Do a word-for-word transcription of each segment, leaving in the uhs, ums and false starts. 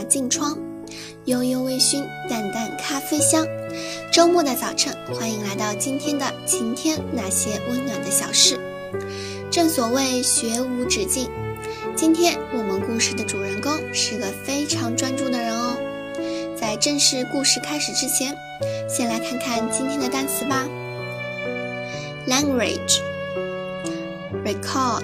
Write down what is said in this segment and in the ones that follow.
镜窗，悠悠微醺，淡淡咖啡香。周末的早晨，欢迎来到今天的晴天那些温暖的小事。正所谓学无止境，今天我们故事的主人公是个非常专注的人哦。在正式故事开始之前，先来看看今天的单词吧。 Language, Record,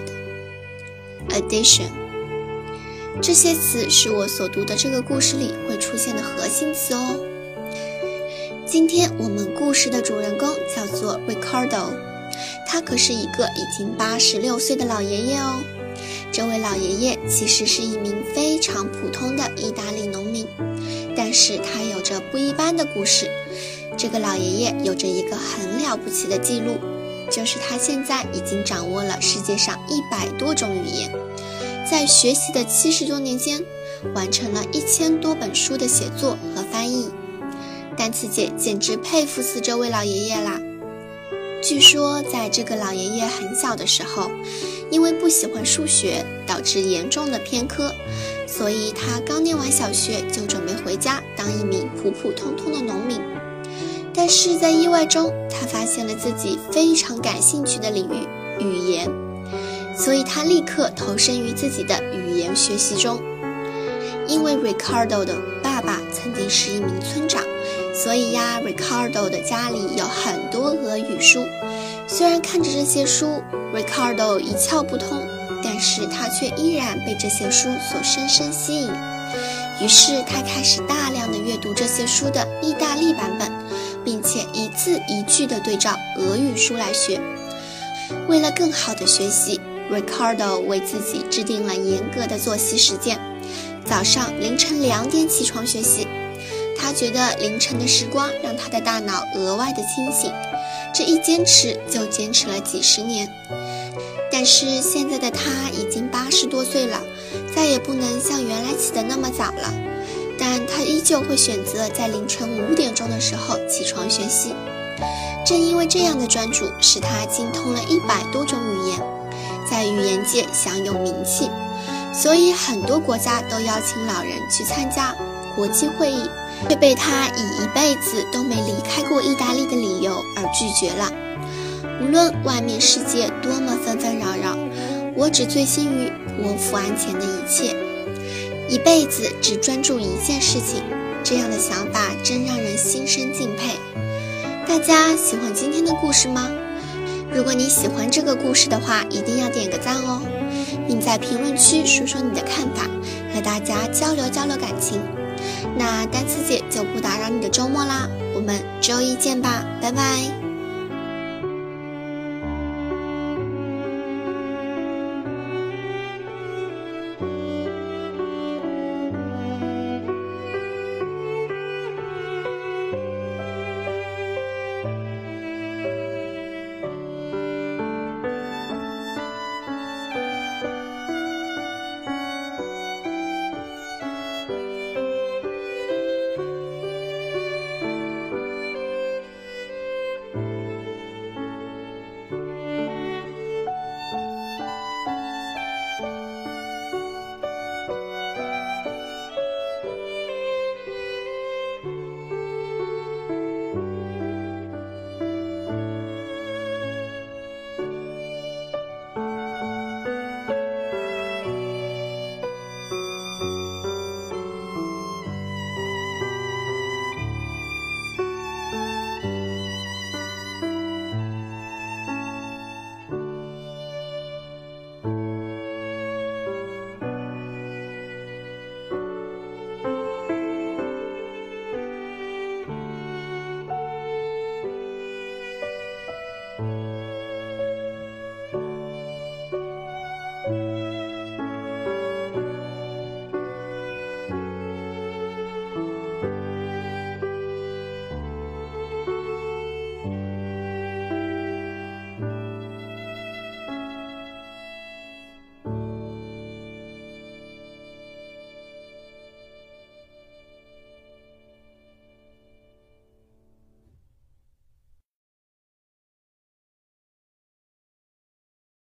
Addition， 这些词是我所读的这个故事里会出现的核心词哦。今天我们故事的主人公叫做 Riccardo， 他可是一个已经八十六岁的老爷爷哦。这位老爷爷其实是一名非常普通的意大利农民，但是他有着不一般的故事。这个老爷爷有着一个很了不起的记录，就是他现在已经掌握了世界上一百多种语言，在学习的七十多年间，完成了一千多本书的写作和翻译。单词姐简直佩服死这位老爷爷啦！据说在这个老爷爷很小的时候，因为不喜欢数学，导致严重的偏科，所以他刚念完小学就准备回家当一名普普通通的农民。但是在意外中，他发现了自己非常感兴趣的领域——语言，所以他立刻投身于自己的语言学习中。因为 Riccardo 的爸爸曾经是一名村长，所以呀 Riccardo 的家里有很多俄语书。虽然看着这些书 Riccardo 一窍不通，但是他却依然被这些书所深深吸引。于是他开始大量的阅读这些书的意大利版本，并且一字一句的对照俄语书来学。为了更好的学习， Riccardo 为自己制定了严格的作息时间，早上凌晨两点起床学习。他觉得凌晨的时光让他的大脑额外的清醒，这一坚持就坚持了几十年。但是现在的他已经八十多岁了，再也不能像原来起得那么早了，但他依旧会选择在凌晨五点钟的时候起床学习。正因为这样的专注，使他精通了一百多种语言，在语言界享有名气，所以很多国家都邀请老人去参加国际会议，却被他以一辈子都没离开过意大利的理由而拒绝了。无论外面世界多么纷纷扰扰，我只醉心于我伏案前的一切，一辈子只专注一件事情，这样的想法真让人心生敬佩。大家喜欢今天的故事吗？如果你喜欢这个故事的话，一定要点个赞哦，并在评论区说说你的看法，和大家交流交流感情。那单词姐就不打扰你的周末啦，我们周一见吧，拜拜。